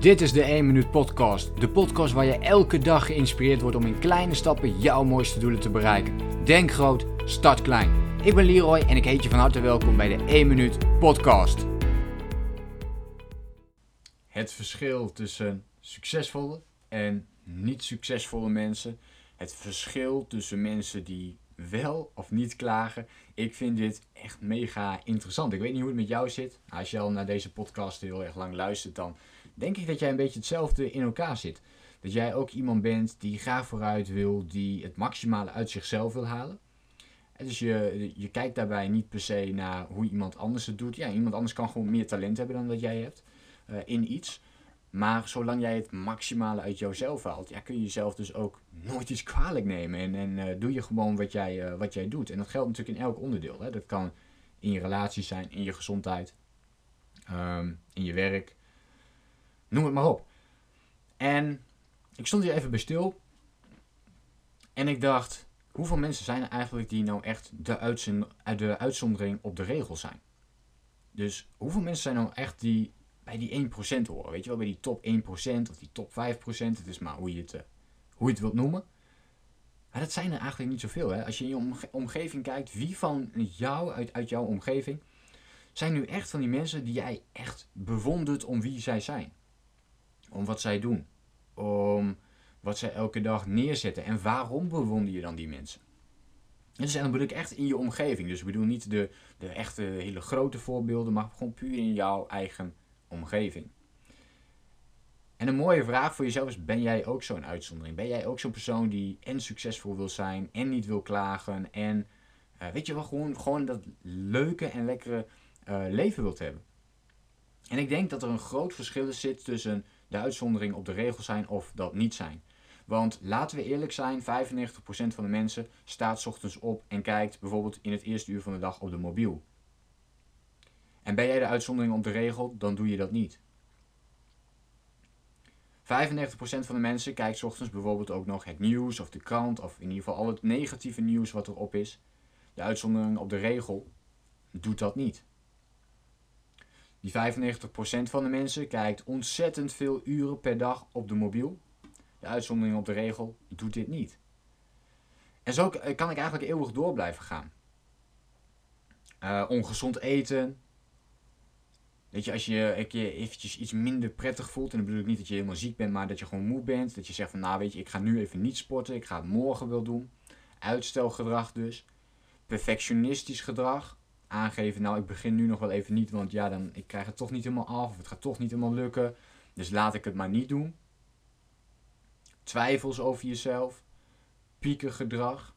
Dit is de 1 Minuut Podcast. De podcast waar je elke dag geïnspireerd wordt om in kleine stappen jouw mooiste doelen te bereiken. Denk groot, start klein. Ik ben Leroy en ik heet je van harte welkom bij de 1 Minuut Podcast. Het verschil tussen succesvolle en niet succesvolle mensen. Het verschil tussen mensen die wel of niet klagen. Ik vind dit echt mega interessant. Ik weet niet hoe het met jou zit. Als je al naar deze podcast heel erg lang luistert, dan denk ik dat jij een beetje hetzelfde in elkaar zit. Dat jij ook iemand bent die graag vooruit wil, die het maximale uit zichzelf wil halen. En dus je kijkt daarbij niet per se naar hoe iemand anders het doet. Ja, iemand anders kan gewoon meer talent hebben dan dat jij hebt in iets. Maar zolang jij het maximale uit jouzelf haalt, ja, kun je jezelf dus ook nooit iets kwalijk nemen. En doe je gewoon wat jij doet. En dat geldt natuurlijk in elk onderdeel. Hè. Dat kan in je relaties zijn, in je gezondheid, in je werk. Noem het maar op. En ik stond hier even bij stil. En ik dacht, hoeveel mensen zijn er eigenlijk die nou echt de uitzondering op de regel zijn? Dus hoeveel mensen zijn nou echt die bij die 1% horen? Weet je wel, bij die top 1% of die top 5%. Het is maar hoe je het wilt noemen. Maar dat zijn er eigenlijk niet zoveel. Hè? Als je in je omgeving kijkt, wie van jou uit jouw omgeving zijn nu echt van die mensen die jij echt bewondert om wie zij zijn? Om wat zij doen. Om wat zij elke dag neerzetten. En waarom bewonder je dan die mensen? En dan bedoel ik echt in je omgeving. Dus ik bedoel niet de echte hele grote voorbeelden, maar gewoon puur in jouw eigen omgeving. En een mooie vraag voor jezelf is, ben jij ook zo'n uitzondering? Ben jij ook zo'n persoon die en succesvol wil zijn en niet wil klagen en weet je wel, gewoon dat leuke en lekkere leven wilt hebben? En ik denk dat er een groot verschil zit tussen de uitzondering op de regel zijn of dat niet zijn. Want laten we eerlijk zijn, 95% van de mensen staat 's ochtends op en kijkt bijvoorbeeld in het eerste uur van de dag op de mobiel. En ben jij de uitzondering op de regel, dan doe je dat niet. 95% van de mensen kijkt 's ochtends bijvoorbeeld ook nog het nieuws of de krant of in ieder geval al het negatieve nieuws wat erop is. De uitzondering op de regel doet dat niet. Die 95% van de mensen kijkt ontzettend veel uren per dag op de mobiel. De uitzondering op de regel doet dit niet. En zo kan ik eigenlijk eeuwig door blijven gaan. Ongezond eten. Weet je, als je eventjes iets minder prettig voelt, en dan bedoel ik niet dat je helemaal ziek bent, maar dat je gewoon moe bent. Dat je zegt van, nou weet je, ik ga nu even niet sporten, ik ga het morgen wel doen. Uitstelgedrag dus. Perfectionistisch gedrag. Aangeven, nou ik begin nu nog wel even niet, want ja, ik krijg het toch niet helemaal af, of het gaat toch niet helemaal lukken. Dus laat ik het maar niet doen. Twijfels over jezelf. Piekergedrag.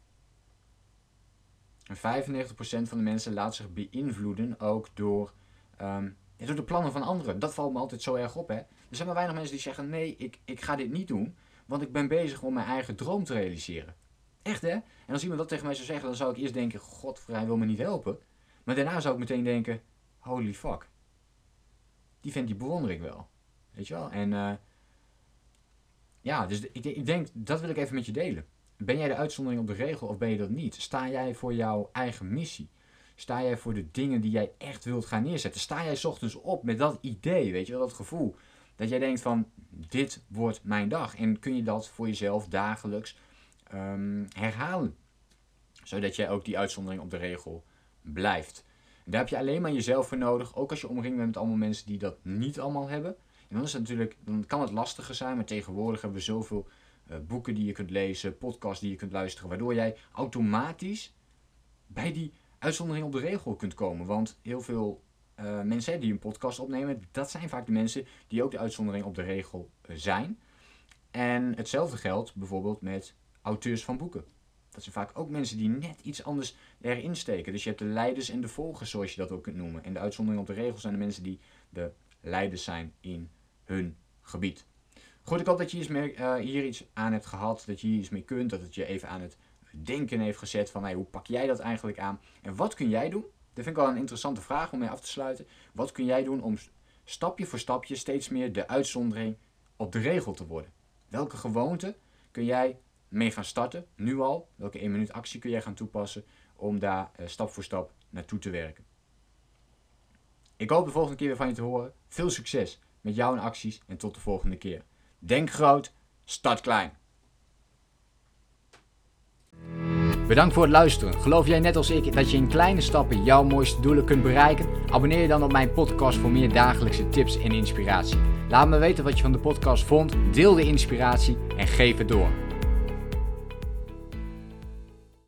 En 95% van de mensen laat zich beïnvloeden ook door de plannen van anderen. Dat valt me altijd zo erg op. Hè? Er zijn maar weinig mensen die zeggen, nee, ik ga dit niet doen, want ik ben bezig om mijn eigen droom te realiseren. Echt hè? En als iemand dat tegen mij zou zeggen, dan zou ik eerst denken, godvrij wil me niet helpen. Maar daarna zou ik meteen denken, holy fuck. Die vent die bewonder ik wel. Weet je wel? En dus ik denk, dat wil ik even met je delen. Ben jij de uitzondering op de regel of ben je dat niet? Sta jij voor jouw eigen missie? Sta jij voor de dingen die jij echt wilt gaan neerzetten? Sta jij 's ochtends op met dat idee, weet je wel, dat gevoel? Dat jij denkt van, dit wordt mijn dag. En kun je dat voor jezelf dagelijks herhalen? Zodat jij ook die uitzondering op de regel blijft. Daar heb je alleen maar jezelf voor nodig. Ook als je omringd bent met allemaal mensen die dat niet allemaal hebben. En dan is het natuurlijk, dan kan het lastiger zijn. Maar tegenwoordig hebben we zoveel boeken die je kunt lezen, podcasts die je kunt luisteren. Waardoor jij automatisch bij die uitzondering op de regel kunt komen. Want heel veel mensen die een podcast opnemen, dat zijn vaak de mensen die ook de uitzondering op de regel zijn. En hetzelfde geldt bijvoorbeeld met auteurs van boeken. Dat zijn vaak ook mensen die net iets anders erin steken. Dus je hebt de leiders en de volgers, zoals je dat ook kunt noemen. En de uitzondering op de regel zijn de mensen die de leiders zijn in hun gebied. Goed, ik hoop dat je hier iets aan hebt gehad, dat je hier iets mee kunt, dat het je even aan het denken heeft gezet van hoe pak jij dat eigenlijk aan? En wat kun jij doen? Dat vind ik wel een interessante vraag om mee af te sluiten. Wat kun jij doen om stapje voor stapje steeds meer de uitzondering op de regel te worden? Welke gewoonte kun jij mee gaan starten, nu al? Welke 1 minuut actie kun jij gaan toepassen om daar stap voor stap naartoe te werken? Ik hoop de volgende keer weer van je te horen. Veel succes met jouw acties en tot de volgende keer. Denk groot, start klein. Bedankt voor het luisteren. Geloof jij net als ik dat je in kleine stappen jouw mooiste doelen kunt bereiken? Abonneer je dan op mijn podcast voor meer dagelijkse tips en inspiratie. Laat me weten wat je van de podcast vond, deel de inspiratie en geef het door.